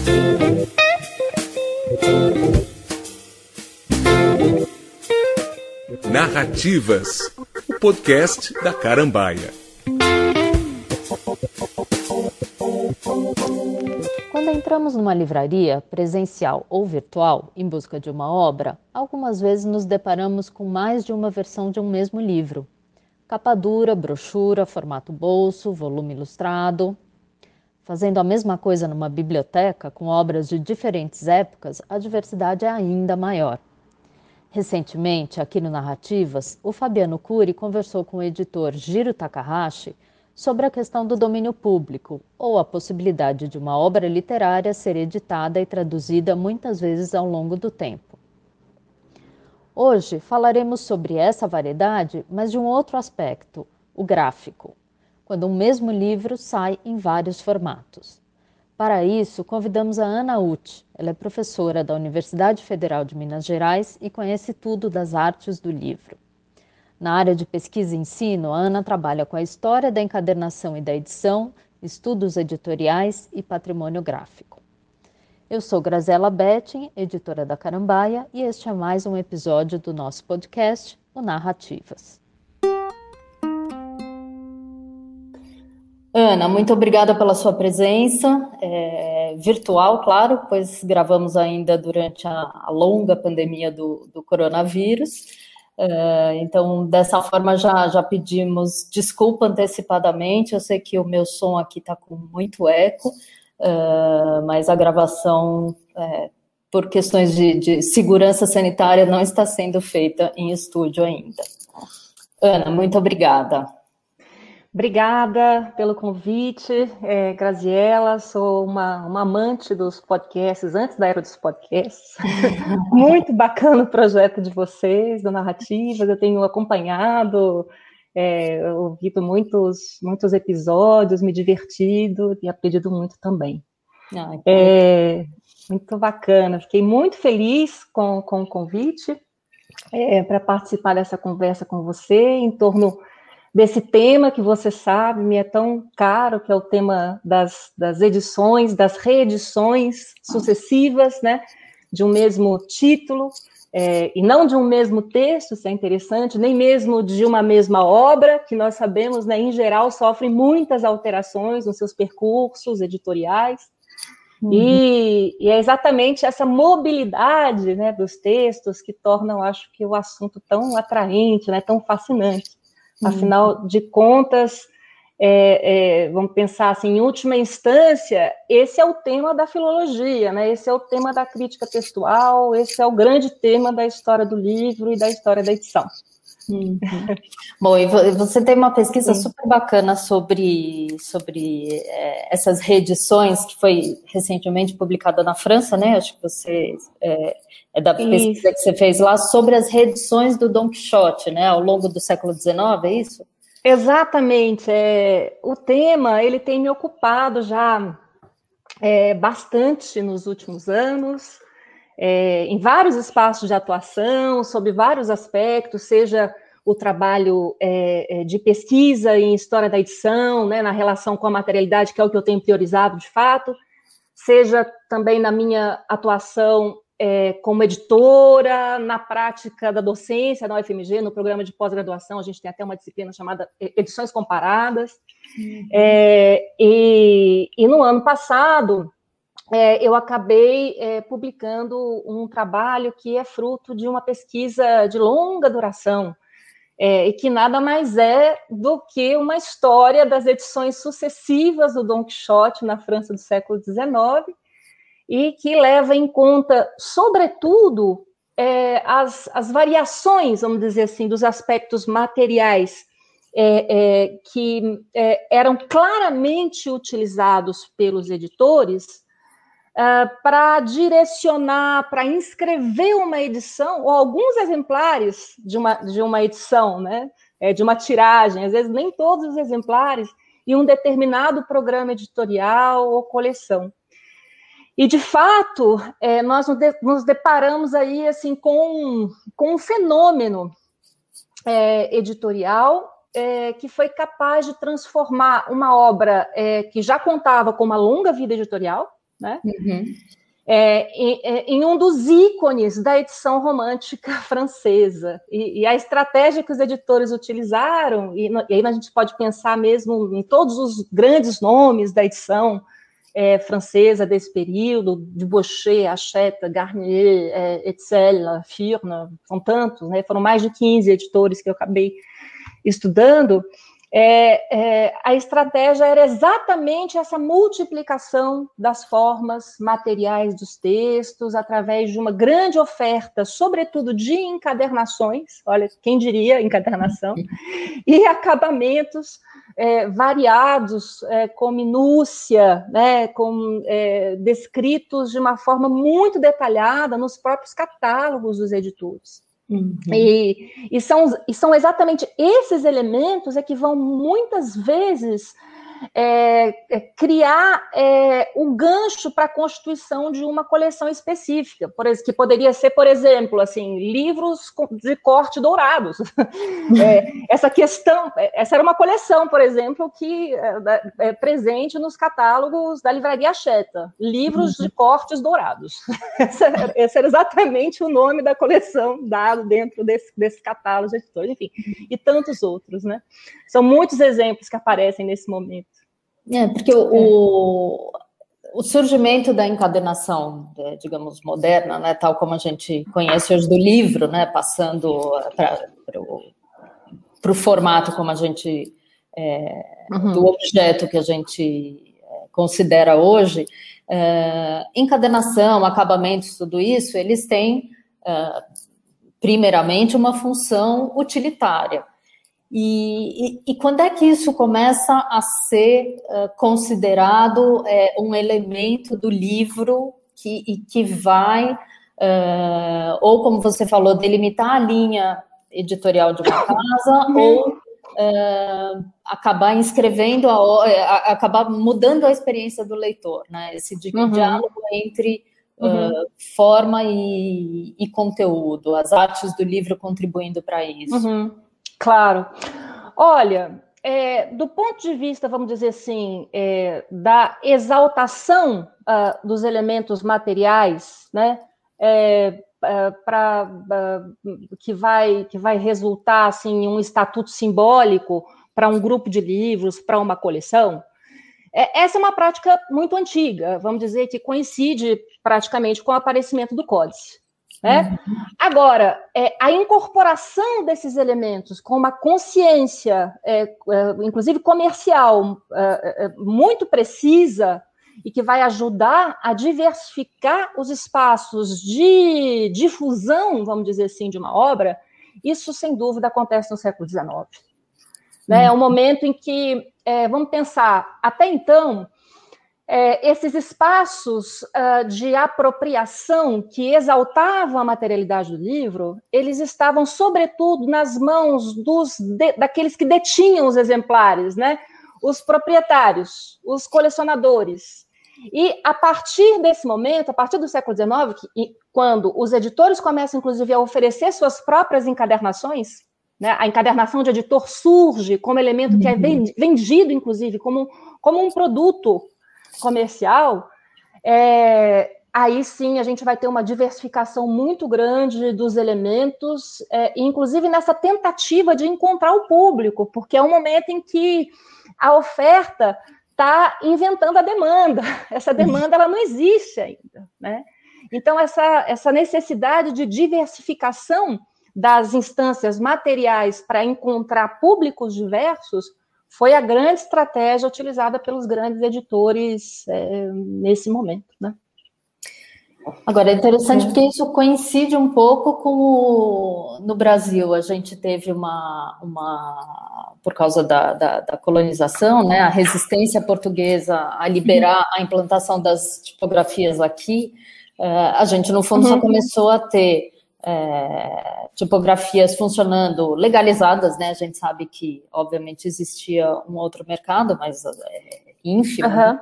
Narrativas, o podcast da Carambaia. Quando entramos numa livraria, presencial ou virtual, em busca de uma obra, algumas vezes nos deparamos com mais de uma versão de um mesmo livro. Capa dura, brochura, formato bolso, volume ilustrado. Fazendo a mesma coisa numa biblioteca, com obras de diferentes épocas, a diversidade é ainda maior. Recentemente, aqui no Narrativas, o Fabiano Cury conversou com o editor Jiro Takahashi sobre a questão do domínio público, ou a possibilidade de uma obra literária ser editada e traduzida muitas vezes ao longo do tempo. Hoje falaremos sobre essa variedade, mas de um outro aspecto, o gráfico, quando um mesmo livro sai em vários formatos. Para isso, convidamos a Ana Uth. Ela é professora da Universidade Federal de Minas Gerais e conhece tudo das artes do livro. Na área de pesquisa e ensino, a Ana trabalha com a história da encadernação e da edição, estudos editoriais e patrimônio gráfico. Eu sou Graziela Betting, editora da Carambaia, e este é mais um episódio do nosso podcast, o Narrativas. Ana, muito obrigada pela sua presença, virtual, claro, pois gravamos ainda durante a longa pandemia do coronavírus. Então, dessa forma, já pedimos desculpa antecipadamente. Eu sei que o meu som aqui está com muito eco, mas a gravação, por questões de segurança sanitária, não está sendo feita em estúdio ainda. Ana, muito obrigada. Obrigada pelo convite, Graziela, sou uma amante dos podcasts, antes da era dos podcasts. Muito bacana o projeto de vocês, do Narrativas, eu tenho acompanhado, ouvido muitos episódios, me divertido e aprendido muito também. Muito bacana, fiquei muito feliz com o convite para participar dessa conversa com você em torno desse tema que você sabe, me é tão caro, que é o tema das edições, das reedições sucessivas, né, de um mesmo título, e não de um mesmo texto, isso é interessante, nem mesmo de uma mesma obra, que nós sabemos, né, em geral, sofrem muitas alterações nos seus percursos editoriais, e é exatamente essa mobilidade, né, dos textos que tornam, acho que, o assunto tão atraente, né, tão fascinante. Afinal de contas, vamos pensar assim, em última instância, esse é o tema da filologia, né? Esse é o tema da crítica textual, esse é o grande tema da história do livro e da história da edição. Bom, e você tem uma pesquisa super bacana sobre essas reedições, que foi recentemente publicada na França, né? Acho que você é da pesquisa que você fez lá, sobre as reedições do Dom Quixote, né? Ao longo do século XIX, é isso? Exatamente. O tema, ele tem me ocupado já bastante nos últimos anos, em vários espaços de atuação, sob vários aspectos, seja o trabalho de pesquisa em história da edição, né, na relação com a materialidade, que é o que eu tenho priorizado de fato, seja também na minha atuação como editora, na prática da docência na UFMG, no programa de pós-graduação, a gente tem até uma disciplina chamada Edições Comparadas, e no ano passado, eu acabei publicando um trabalho que é fruto de uma pesquisa de longa duração, e que nada mais é do que uma história das edições sucessivas do Dom Quixote na França do século XIX, e que leva em conta, sobretudo, as variações, vamos dizer assim, dos aspectos materiais que eram claramente utilizados pelos editores para direcionar, para inscrever uma edição, ou alguns exemplares de uma edição, né, de uma tiragem, às vezes nem todos os exemplares, em um determinado programa editorial ou coleção. E, de fato, nós nos deparamos aí assim, com um fenômeno editorial que foi capaz de transformar uma obra que já contava com uma longa vida editorial, né? Em um dos ícones da edição romântica francesa. E a estratégia que os editores utilizaram, e aí a gente pode pensar mesmo em todos os grandes nomes da edição francesa desse período, Dubochet, Hachette, Garnier, Hetzel, Firna, são tantos, né? Foram mais de 15 editores que eu acabei estudando. A estratégia era exatamente essa multiplicação das formas materiais dos textos, através de uma grande oferta, sobretudo de encadernações, olha, quem diria encadernação, e acabamentos variados, com minúcia, né, descritos de uma forma muito detalhada nos próprios catálogos dos editores. E são exatamente esses elementos que vão muitas vezes criar um gancho para a constituição de uma coleção específica, que poderia ser, por exemplo, assim, livros de corte dourados. Essa era uma coleção, por exemplo, que é presente nos catálogos da Livraria Hachette, livros de cortes dourados. Esse era exatamente o nome da coleção dado dentro desse catálogo de editores, enfim, e tantos outros, né? São muitos exemplos que aparecem nesse momento. Porque o surgimento da encadernação, digamos, moderna, né, tal como a gente conhece hoje do livro, né, passando para o formato como a gente, do objeto que a gente considera hoje, encadernação, acabamentos, tudo isso, eles têm, primeiramente, uma função utilitária. E quando é que isso começa a ser considerado um elemento do livro que vai, ou como você falou, delimitar a linha editorial de uma casa, ou acabar inscrevendo, acabar mudando a experiência do leitor, né? Esse diálogo entre forma e conteúdo, as artes do livro contribuindo para isso. Claro. Olha, do ponto de vista, vamos dizer assim, da exaltação dos elementos materiais, né, que vai resultar assim, em um estatuto simbólico para um grupo de livros, para uma coleção, essa é uma prática muito antiga, vamos dizer que coincide praticamente com o aparecimento do Códice. Né? Agora, a incorporação desses elementos com uma consciência, inclusive comercial, muito precisa e que vai ajudar a diversificar os espaços de difusão, vamos dizer assim, de uma obra, isso, sem dúvida, acontece no século XIX. Né? É um momento em que, vamos pensar, até então, esses espaços de apropriação que exaltavam a materialidade do livro, eles estavam, sobretudo, nas mãos daqueles que detinham os exemplares, né? Os proprietários, os colecionadores. E, a partir desse momento, a partir do século XIX, quando os editores começam, inclusive, a oferecer suas próprias encadernações, né? A encadernação de editor surge como elemento que é vendido, inclusive, como um produto comercial, aí sim a gente vai ter uma diversificação muito grande dos elementos, inclusive nessa tentativa de encontrar o público, porque é um momento em que a oferta está inventando a demanda, essa demanda ela não existe ainda, né? Então essa necessidade de diversificação das instâncias materiais para encontrar públicos diversos foi a grande estratégia utilizada pelos grandes editores nesse momento, né? Agora, é interessante porque isso coincide um pouco com no Brasil, a gente teve por causa da colonização, né, a resistência portuguesa a liberar a implantação das tipografias aqui, a gente, no fundo, só começou a ter tipografias funcionando legalizadas, né? A gente sabe que, obviamente, existia um outro mercado, mas ínfimo, né?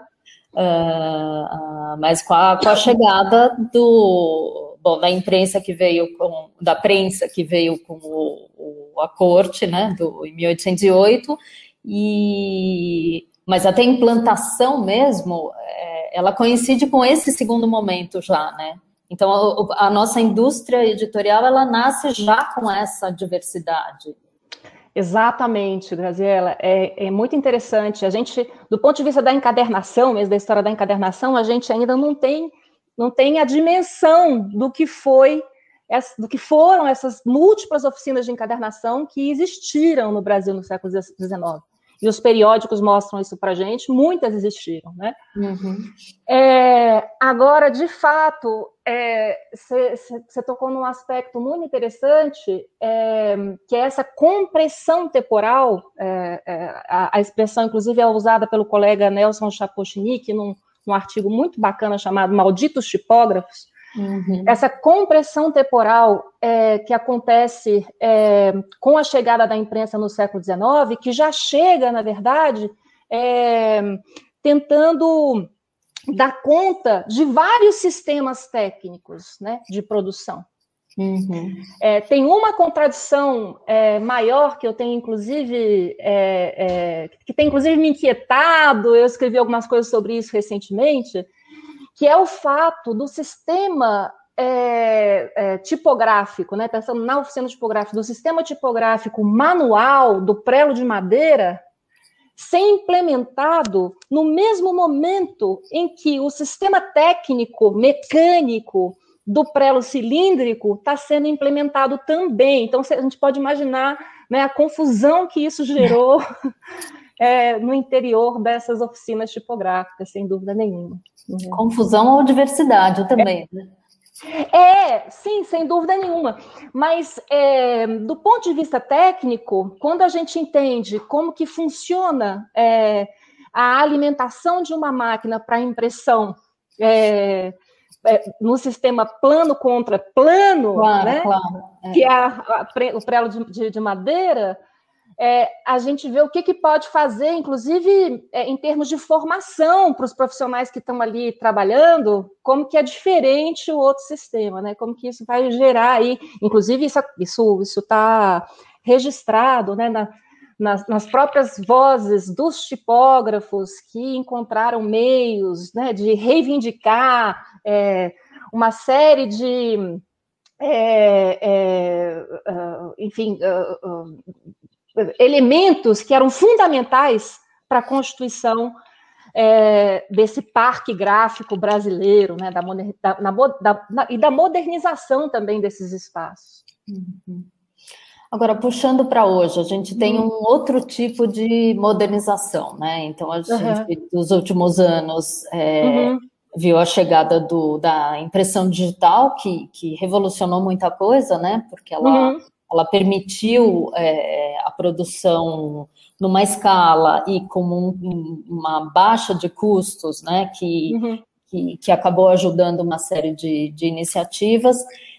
Mas com a chegada da imprensa que veio da prensa que veio com a corte, né? Em 1808, mas até a implantação mesmo ela coincide com esse segundo momento já, né? Então, a nossa indústria editorial, ela nasce já com essa diversidade. Exatamente, Graziela, é muito interessante. A gente, do ponto de vista da encadernação, mesmo da história da encadernação, a gente ainda não tem a dimensão do que foram essas múltiplas oficinas de encadernação que existiram no Brasil no século XIX. E os periódicos mostram isso para a gente, muitas existiram, né? Uhum. Agora, de fato, você tocou num aspecto muito interessante, que é essa compressão temporal, a expressão, inclusive, é usada pelo colega Nelson Chapochnik num artigo muito bacana chamado Malditos Tipógrafos. Uhum. Essa compressão temporal que acontece com a chegada da imprensa no século XIX, que já chega, na verdade, tentando dar conta de vários sistemas técnicos, né, de produção. Uhum. Tem uma contradição maior que eu tenho, inclusive, que tem, inclusive, me inquietado, eu escrevi algumas coisas sobre isso recentemente, que é o fato do sistema tipográfico, né, pensando na oficina tipográfica, do sistema tipográfico manual do prelo de madeira ser implementado no mesmo momento em que o sistema técnico, mecânico do prelo cilíndrico está sendo implementado também. Então, a gente pode imaginar, né, a confusão que isso gerou no interior dessas oficinas tipográficas, sem dúvida nenhuma. Confusão ou diversidade também, né? Sim, sem dúvida nenhuma. Mas, do ponto de vista técnico, quando a gente entende como que funciona a alimentação de uma máquina para impressão no sistema plano contra plano, claro, né? Claro, que é o prelo de madeira, a gente vê o que pode fazer, inclusive em termos de formação para os profissionais que estão ali trabalhando, como que é diferente o outro sistema, né? Como que isso vai gerar aí, inclusive isso está registrado, né, nas próprias vozes dos tipógrafos que encontraram meios, né, de reivindicar uma série de elementos que eram fundamentais para a constituição desse parque gráfico brasileiro, né, e da modernização também desses espaços. Uhum. Agora, puxando para hoje, a gente tem um outro tipo de modernização, né? Então, a gente, nos últimos anos, viu a chegada da impressão digital, que revolucionou muita coisa, né? Porque ela permitiu a produção numa escala e com uma baixa de custos, né, que acabou ajudando uma série de iniciativas,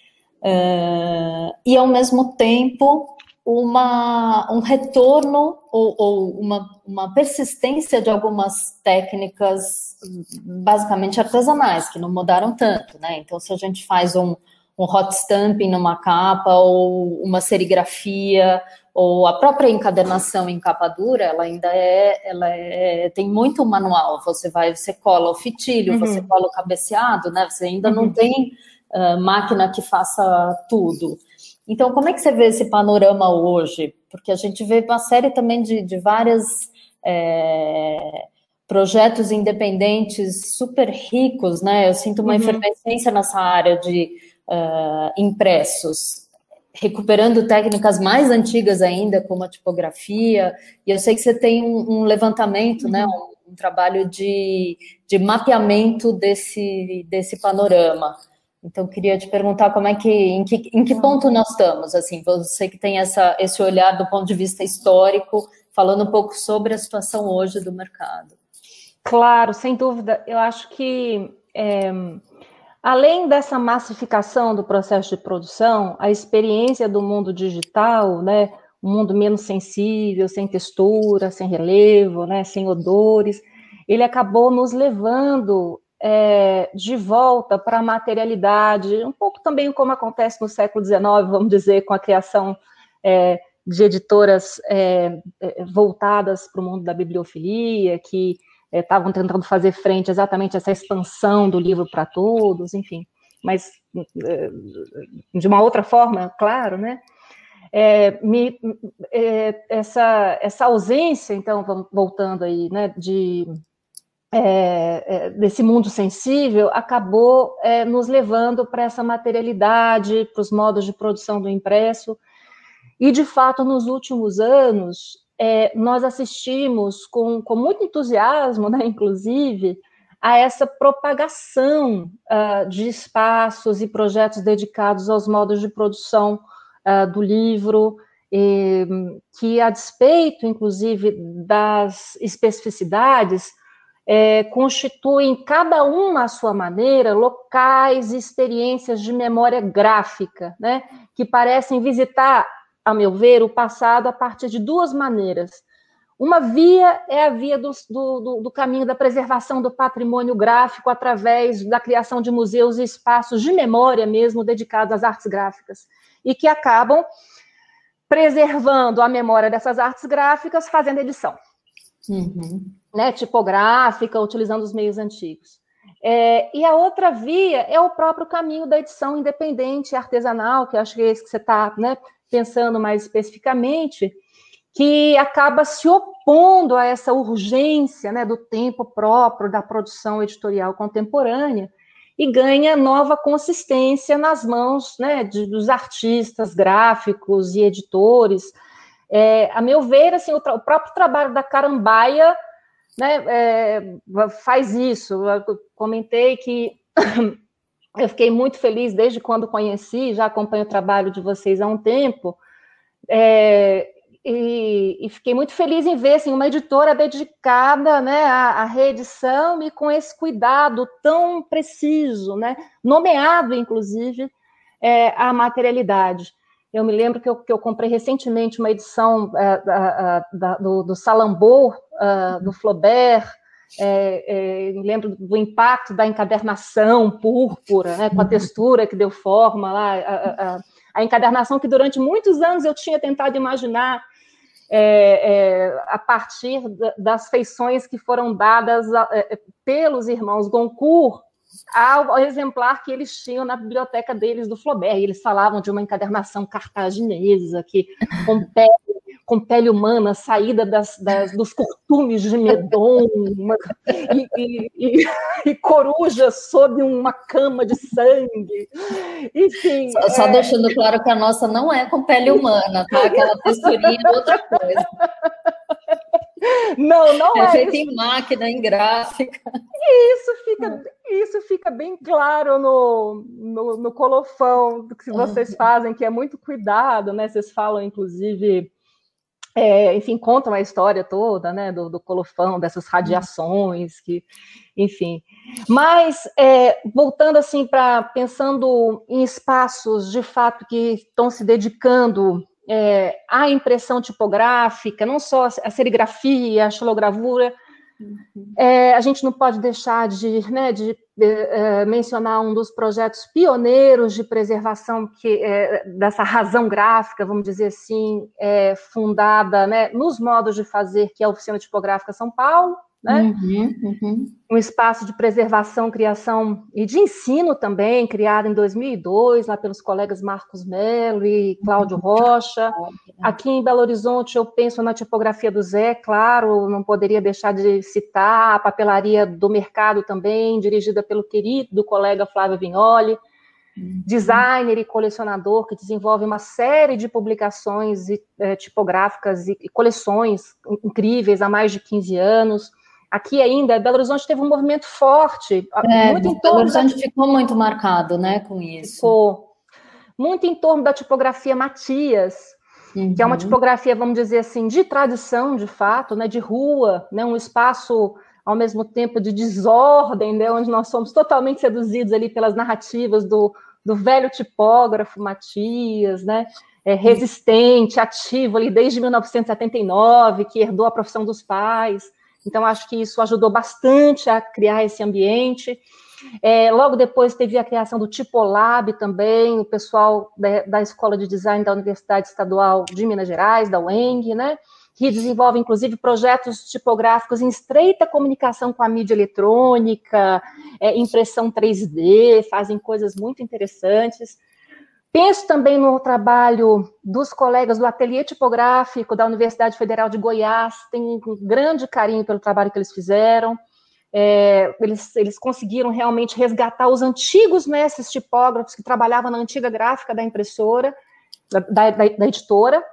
e, ao mesmo tempo, um retorno ou uma persistência de algumas técnicas basicamente artesanais, que não mudaram tanto, né? Então, se a gente faz um hot stamping numa capa, ou uma serigrafia, ou a própria encadernação em capa dura, ela ainda tem muito manual. Você cola o fitilho, você cola o cabeceado, né? Você ainda não tem máquina que faça tudo. Então, como é que você vê esse panorama hoje? Porque a gente vê uma série também de várias projetos independentes super ricos, né? Eu sinto uma efervescência nessa área de impressos, recuperando técnicas mais antigas ainda, como a tipografia, e eu sei que você tem um levantamento, né, um trabalho de mapeamento desse panorama. Então, queria te perguntar em que ponto nós estamos, assim, você que tem esse olhar do ponto de vista histórico, falando um pouco sobre a situação hoje do mercado. Claro, sem dúvida. Eu acho que além dessa massificação do processo de produção, a experiência do mundo digital, né, um mundo menos sensível, sem textura, sem relevo, né, sem odores, ele acabou nos levando de volta para a materialidade, um pouco também como acontece no século XIX, vamos dizer, com a criação de editoras voltadas para o mundo da bibliofilia, que estavam tentando fazer frente exatamente a essa expansão do livro para todos, enfim, mas de uma outra forma, claro, né? Essa ausência, então, voltando aí, né, desse mundo sensível, acabou nos levando para essa materialidade, para os modos de produção do impresso, e, de fato, nos últimos anos, nós assistimos com muito entusiasmo, né, inclusive, a essa propagação de espaços e projetos dedicados aos modos de produção do livro, que, a despeito, inclusive, das especificidades, constituem, cada uma à sua maneira, locais e experiências de memória gráfica, né, que parecem visitar, a meu ver, o passado a partir de duas maneiras. Uma via é a via do caminho da preservação do patrimônio gráfico através da criação de museus e espaços de memória mesmo dedicados às artes gráficas, e que acabam preservando a memória dessas artes gráficas fazendo edição. Né, tipográfica, utilizando os meios antigos. E a outra via é o próprio caminho da edição independente e artesanal, que eu acho que é esse que você está, né, pensando mais especificamente, que acaba se opondo a essa urgência, né, do tempo próprio da produção editorial contemporânea e ganha nova consistência nas mãos, né, dos artistas gráficos e editores. A meu ver, assim, o próprio trabalho da Carambaia, né, faz isso. Eu comentei que eu fiquei muito feliz desde quando conheci, já acompanho o trabalho de vocês há um tempo, e fiquei muito feliz em ver, assim, uma editora dedicada, né, à reedição e com esse cuidado tão preciso, né, nomeado, inclusive, à materialidade. Eu me lembro que eu comprei recentemente uma edição do Salambô, do Flaubert. Me lembro do impacto da encadernação púrpura, né, com a textura que deu forma lá, a encadernação que durante muitos anos eu tinha tentado imaginar a partir das feições que foram dadas pelos irmãos Goncourt ao exemplar que eles tinham na biblioteca deles do Flaubert. E eles falavam de uma encadernação cartaginesa que com pele humana, saída dos costumes de Medon, e coruja sob uma cama de sangue. Enfim. Só deixando claro que a nossa não é com pele humana, tá? Aquela texturinha é outra coisa. Não é feito em máquina, em gráfica. Isso fica bem claro no colofão que vocês fazem, que é muito cuidado, né? Vocês falam, inclusive, enfim, contam a história toda, né? Do colofão, dessas radiações, que, enfim. Mas, voltando assim, pensando em espaços, de fato, que estão se dedicando a impressão tipográfica, não só a serigrafia, a xilogravura, a gente não pode deixar de mencionar um dos projetos pioneiros de preservação dessa razão gráfica, vamos dizer assim, fundada, né, nos modos de fazer, que é a Oficina Tipográfica São Paulo, né? Um espaço de preservação, criação e de ensino também, criado em 2002, lá pelos colegas Marcos Melo e Cláudio Rocha. Aqui em Belo Horizonte, eu penso na tipografia do Zé, claro, não poderia deixar de citar a papelaria do mercado também, dirigida pelo querido colega Flávio Vignoli, designer e colecionador, que desenvolve uma série de publicações tipográficas e coleções incríveis há mais de 15 anos. Aqui ainda, Belo Horizonte teve um movimento forte. Belo Horizonte ficou muito marcado, né, com isso. Ficou muito em torno da tipografia Matias, que é uma tipografia, vamos dizer assim, de tradição, de fato, né, de rua, né, um espaço, ao mesmo tempo, de desordem, né, onde nós somos totalmente seduzidos ali pelas narrativas do velho tipógrafo Matias, né, resistente, ativo ali desde 1979, que herdou a profissão dos pais. Então, acho que isso ajudou bastante a criar esse ambiente. Logo depois teve a criação do Tipolab também, o pessoal da Escola de Design da Universidade Estadual de Minas Gerais, da UENG, né, que desenvolvem, inclusive, projetos tipográficos em estreita comunicação com a mídia eletrônica, impressão 3D, fazem coisas muito interessantes. Penso também no trabalho dos colegas do Ateliê Tipográfico da Universidade Federal de Goiás, tenho um grande carinho pelo trabalho que eles fizeram. Eles conseguiram realmente resgatar os antigos mestres tipógrafos que trabalhavam na antiga gráfica da impressora, da editora,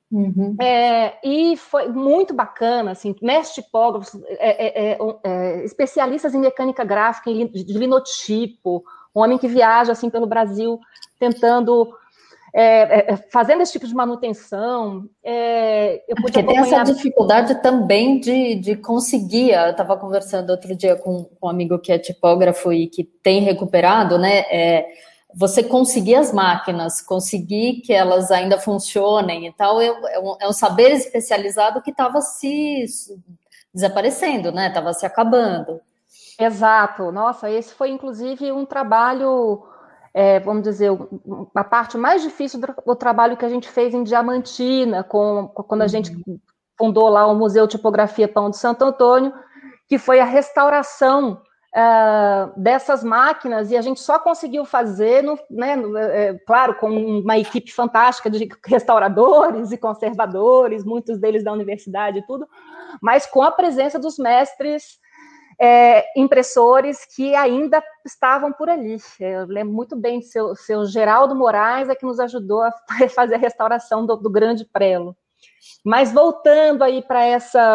e foi muito bacana, assim, mestres tipógrafos, especialistas em mecânica gráfica, de linotipo, um homem que viaja assim pelo Brasil, tentando, fazendo esse tipo de manutenção. Eu pude acompanhar... Tem essa dificuldade também de conseguir. Eu estava conversando outro dia com um amigo que é tipógrafo e que tem recuperado, né? Você conseguir as máquinas, conseguir que elas ainda funcionem e tal, é um saber especializado que estava se desaparecendo, né? Estava se acabando. Exato. Nossa, esse foi, inclusive, um trabalho, vamos dizer, a parte mais difícil do trabalho que a gente fez em Diamantina, quando a gente fundou lá o Museu Tipografia Pão de Santo Antônio, que foi a restauração dessas máquinas, e a gente só conseguiu fazer, claro, com uma equipe fantástica de restauradores e conservadores, muitos deles da universidade e tudo, mas com a presença dos mestres impressores que ainda estavam por ali. Eu lembro muito bem de seu Geraldo Moraes, que nos ajudou a fazer a restauração do Grande Prelo. Mas voltando aí para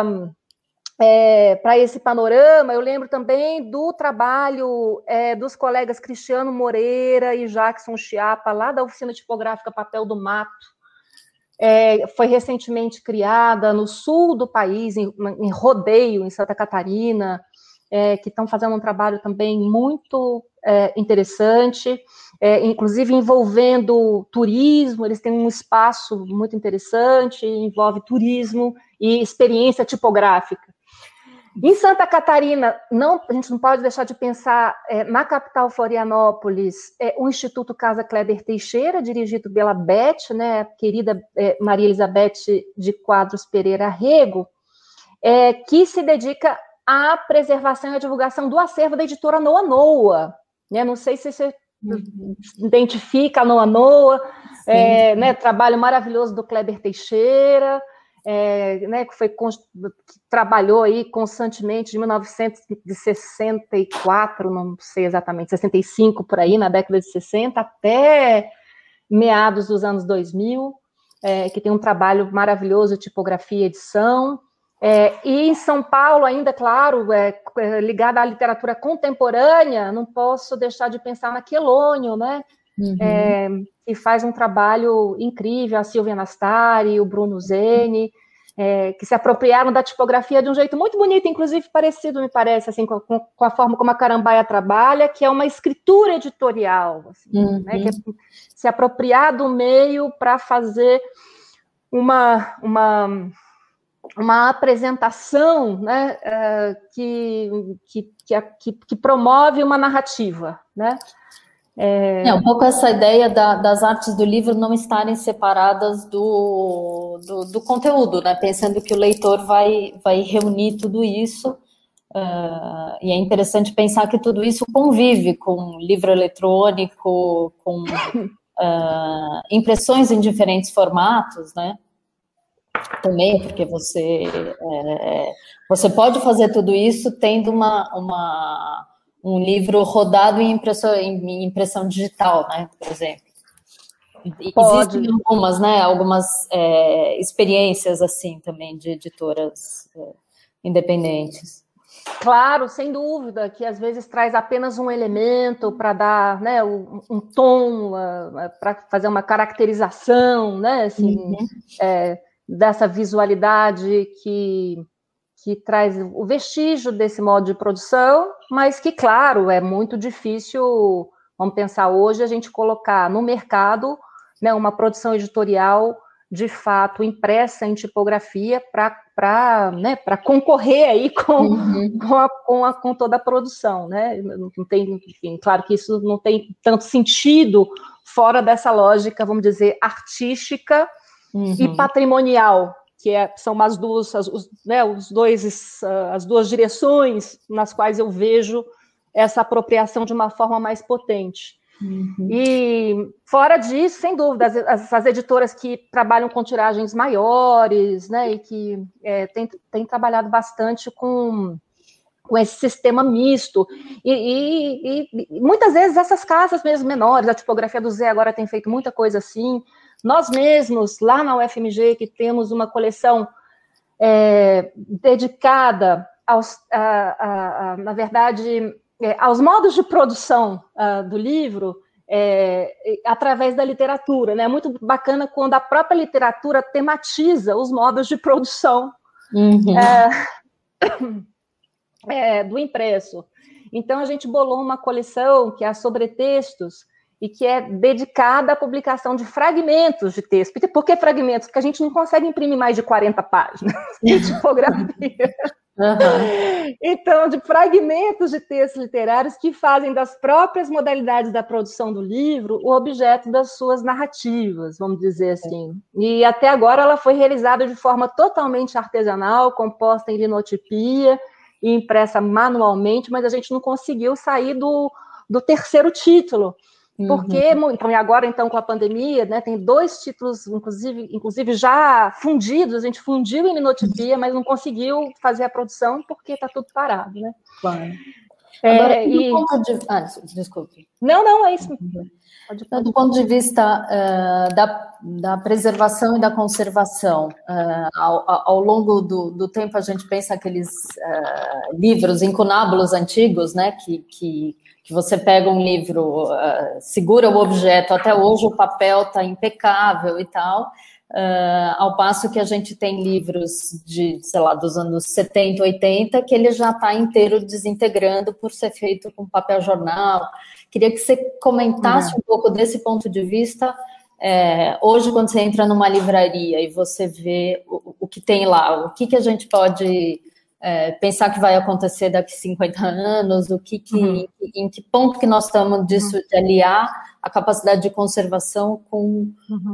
esse panorama, eu lembro também do trabalho dos colegas Cristiano Moreira e Jackson Chiapa, lá da Oficina Tipográfica Papel do Mato. Foi recentemente criada no sul do país, em Rodeio, em Santa Catarina, que estão fazendo um trabalho também muito interessante, inclusive envolvendo turismo. Eles têm um espaço muito interessante, envolve turismo e experiência tipográfica. Em Santa Catarina, a gente não pode deixar de pensar na capital Florianópolis, o Instituto Casa Kleber Teixeira, dirigido pela Beth, né, a querida Maria Elizabeth de Quadros Pereira Rego, que se dedica à preservação e à divulgação do acervo da editora Noa Noa. Né? Não sei se você identifica a Noa Noa, né, trabalho maravilhoso do Kleber Teixeira, né, que trabalhou aí constantemente de 1964, não sei exatamente, 65 por aí, na década de 60, até meados dos anos 2000, que tem um trabalho maravilhoso de tipografia e edição. E em São Paulo ainda, claro, ligada à literatura contemporânea, não posso deixar de pensar na Quelônio, né? Que faz um trabalho incrível, a Silvia Nastari, o Bruno Zeni, que se apropriaram da tipografia de um jeito muito bonito, inclusive parecido, me parece, assim, com a forma como a Carambaia trabalha, que é uma escritura editorial, assim, né, que é se apropriar do meio para fazer uma apresentação, né, que promove uma narrativa, né? Um pouco essa ideia das artes do livro não estarem separadas do conteúdo, né? Pensando que o leitor vai reunir tudo isso, e é interessante pensar que tudo isso convive com livro eletrônico, com impressões em diferentes formatos, né? Também, porque você pode fazer tudo isso tendo um livro rodado em impressão digital, né, por exemplo. Existem algumas, né, experiências assim também de editoras independentes. Claro, sem dúvida, que às vezes traz apenas um elemento para dar, né, um tom, para fazer uma caracterização, né, assim, dessa visualidade que traz o vestígio desse modo de produção, mas que, claro, é muito difícil, vamos pensar hoje, a gente colocar no mercado, né, uma produção editorial, de fato, impressa em tipografia para concorrer aí com toda a produção, né? Não tem, enfim, claro que isso não tem tanto sentido fora dessa lógica, vamos dizer, artística e patrimonial, são as duas direções nas quais eu vejo essa apropriação de uma forma mais potente. Uhum. E, fora disso, sem dúvida, as editoras que trabalham com tiragens maiores, né, e que têm trabalhado bastante com esse sistema misto, e muitas vezes essas casas mesmo menores, a tipografia do Zé agora tem feito muita coisa assim, nós mesmos, lá na UFMG, que temos uma coleção dedicada na verdade, aos modos de produção do livro, através da literatura, né? É muito bacana quando a própria literatura tematiza os modos de produção do impresso. Então, a gente bolou uma coleção que é a Sobretextos, e que é dedicada à publicação de fragmentos de texto. Por que fragmentos? Porque a gente não consegue imprimir mais de 40 páginas de tipografia. Uhum. Então, de fragmentos de textos literários que fazem das próprias modalidades da produção do livro o objeto das suas narrativas, vamos dizer assim. E até agora ela foi realizada de forma totalmente artesanal, composta em linotipia e impressa manualmente, mas a gente não conseguiu sair do terceiro título. Porque, então, e agora, então, com a pandemia, né, tem 2 títulos, inclusive já fundidos, a gente fundiu em linotipia, mas não conseguiu fazer a produção porque está tudo parado, né? Claro. Agora, desculpe. Não, é isso. Do ponto de vista da preservação e da conservação, ao longo do tempo a gente pensa aqueles livros incunábulos antigos, né, que você pega um livro, segura o objeto, até hoje o papel está impecável e tal, ao passo que a gente tem livros dos anos 70, 80, que ele já está inteiro desintegrando por ser feito com papel jornal. Queria que você comentasse um pouco desse ponto de vista. Hoje, quando você entra numa livraria e você vê o que tem lá, o que a gente pode pensar que vai acontecer daqui a 50 anos, em que ponto que nós estamos disso, de aliar a capacidade de conservação com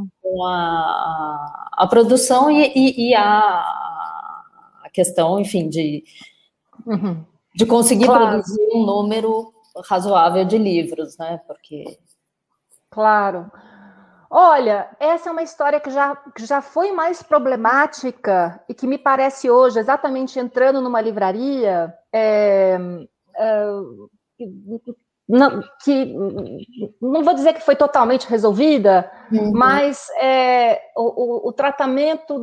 a produção e a questão, enfim, de conseguir produzir um número razoável de livros, né? Porque... Claro. Olha, essa é uma história que já foi mais problemática e que me parece hoje, exatamente entrando numa livraria, não vou dizer que foi totalmente resolvida, mas o tratamento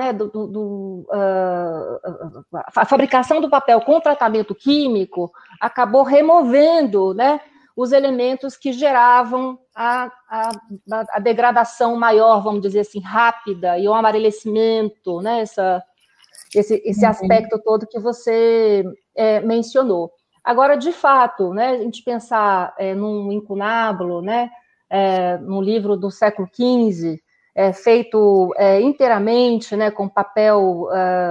a fabricação do papel com tratamento químico acabou removendo, né, os elementos que geravam a degradação maior, vamos dizer assim, rápida, e o amarelecimento, né, esse aspecto todo que você mencionou. Agora, de fato, né, a gente pensar num incunábulo, né, num livro do século XV, feito inteiramente, né, com papel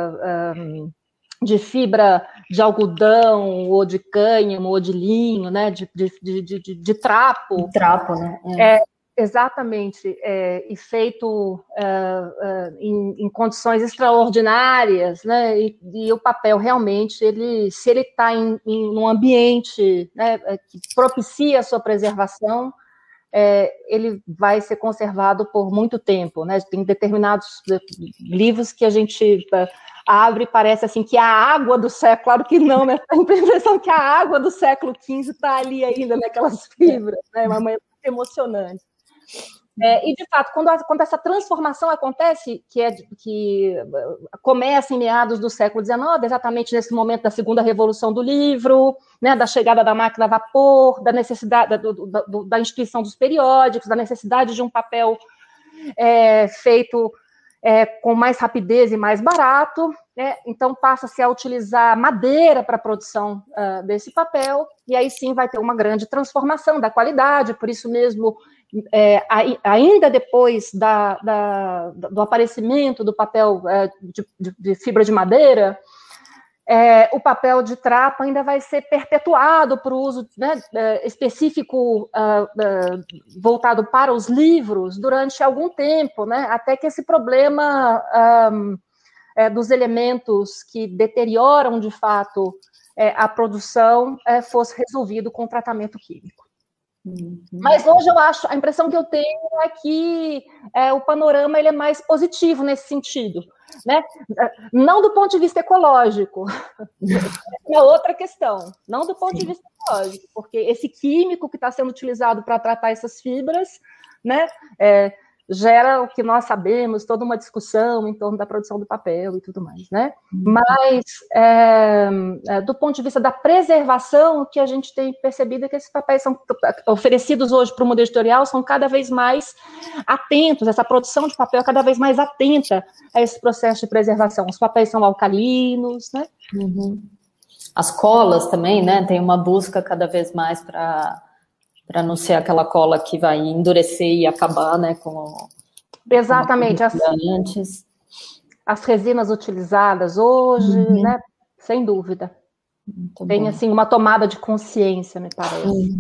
de fibra de algodão, ou de cânhamo, ou de linho, né, de trapo. De trapo, né? Exatamente, e feito em condições extraordinárias, né, e o papel realmente, se ele está em um ambiente, né, que propicia a sua preservação, ele vai ser conservado por muito tempo, né? Tem determinados livros que a gente abre e parece assim que a água do século, claro que não, né? A impressão que a água do século XV está ali ainda naquelas fibras, né? É uma manhã emocionante. E, de fato, quando essa transformação acontece, que começa em meados do século XIX, exatamente nesse momento da segunda revolução do livro, né, da chegada da máquina a vapor, da necessidade da instituição dos periódicos, da necessidade de um papel feito com mais rapidez e mais barato, né? Então passa-se a utilizar madeira para a produção desse papel, e aí sim vai ter uma grande transformação da qualidade, por isso mesmo, ainda depois do aparecimento do papel de fibra de madeira, o papel de trapo ainda vai ser perpetuado para o uso, né, específico voltado para os livros durante algum tempo, né, até que esse problema dos elementos que deterioram, de fato, a produção, fosse resolvido com tratamento químico. Mas hoje eu acho, a impressão que eu tenho é que o panorama ele é mais positivo nesse sentido, né? Não do ponto de vista ecológico, é outra questão, não do ponto de vista ecológico, porque esse químico que está sendo utilizado para tratar essas fibras, né, gera o que nós sabemos, toda uma discussão em torno da produção do papel e tudo mais, né? Mas, do ponto de vista da preservação, o que a gente tem percebido é que esses papéis são oferecidos hoje para o mundo editorial são cada vez mais atentos, essa produção de papel é cada vez mais atenta a esse processo de preservação. Os papéis são alcalinos, né? As colas também, né? Tem uma busca cada vez mais para não ser aquela cola que vai endurecer e acabar, né, exatamente, antes. As resinas utilizadas hoje, né, sem dúvida. Tem, assim, uma tomada de consciência, me parece.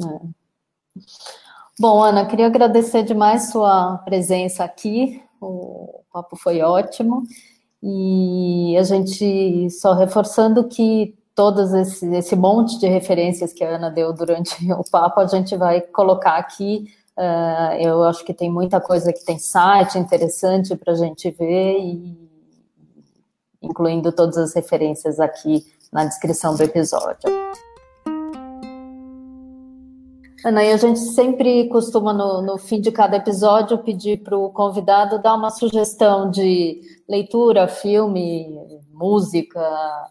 Bom, Ana, queria agradecer demais sua presença aqui, o papo foi ótimo, e a gente só reforçando que todos esse monte de referências que a Ana deu durante o papo, a gente vai colocar aqui. Eu acho que tem muita coisa que tem site interessante para a gente ver, incluindo todas as referências aqui na descrição do episódio. Ana, e a gente sempre costuma, no fim de cada episódio, pedir para o convidado dar uma sugestão de leitura, filme, música,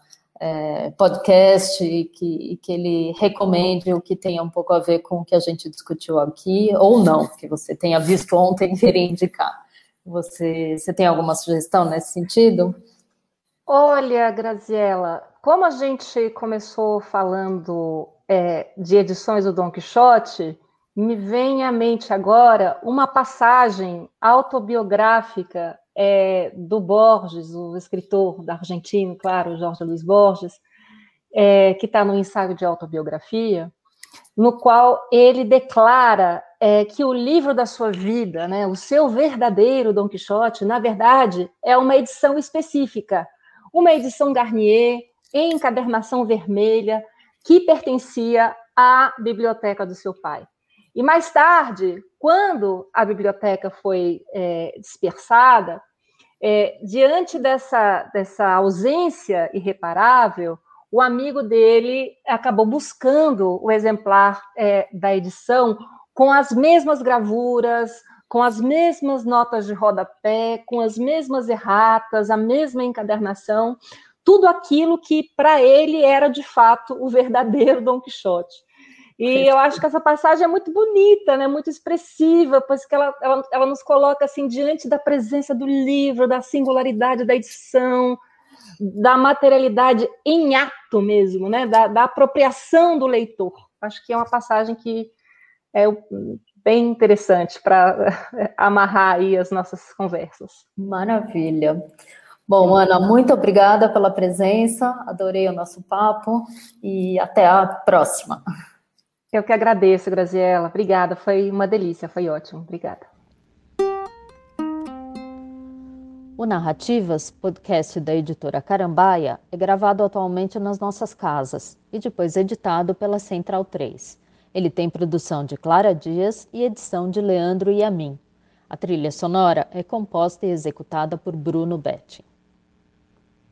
podcast que ele recomende o que tenha um pouco a ver com o que a gente discutiu aqui, ou não, que você tenha visto ontem e queria indicar. Você tem alguma sugestão nesse sentido? Olha, Graziela, como a gente começou falando de edições do Dom Quixote, me vem à mente agora uma passagem autobiográfica do Borges, o escritor argentino, claro, Jorge Luis Borges, que está no ensaio de autobiografia, no qual ele declara que o livro da sua vida, né, o seu verdadeiro Dom Quixote, na verdade, é uma edição específica, uma edição Garnier, em encadernação vermelha, que pertencia à biblioteca do seu pai. E mais tarde, quando a biblioteca foi dispersada, diante dessa ausência irreparável, o amigo dele acabou buscando o exemplar da edição com as mesmas gravuras, com as mesmas notas de rodapé, com as mesmas erratas, a mesma encadernação, tudo aquilo que para ele era de fato o verdadeiro Dom Quixote. E eu acho que essa passagem é muito bonita, né? Muito expressiva, pois que ela nos coloca assim diante da presença do livro, da singularidade da edição, da materialidade em ato mesmo, né? Da apropriação do leitor. Acho que é uma passagem que é bem interessante para amarrar aí as nossas conversas. Maravilha. Bom, Ana, muito obrigada pela presença, adorei o nosso papo e até a próxima. Eu que agradeço, Graziela. Obrigada, foi uma delícia, foi ótimo. Obrigada. O Narrativas, podcast da editora Carambaia, é gravado atualmente nas nossas casas e depois editado pela Central 3. Ele tem produção de Clara Dias e edição de Leandro Yamin. A trilha sonora é composta e executada por Bruno Betti.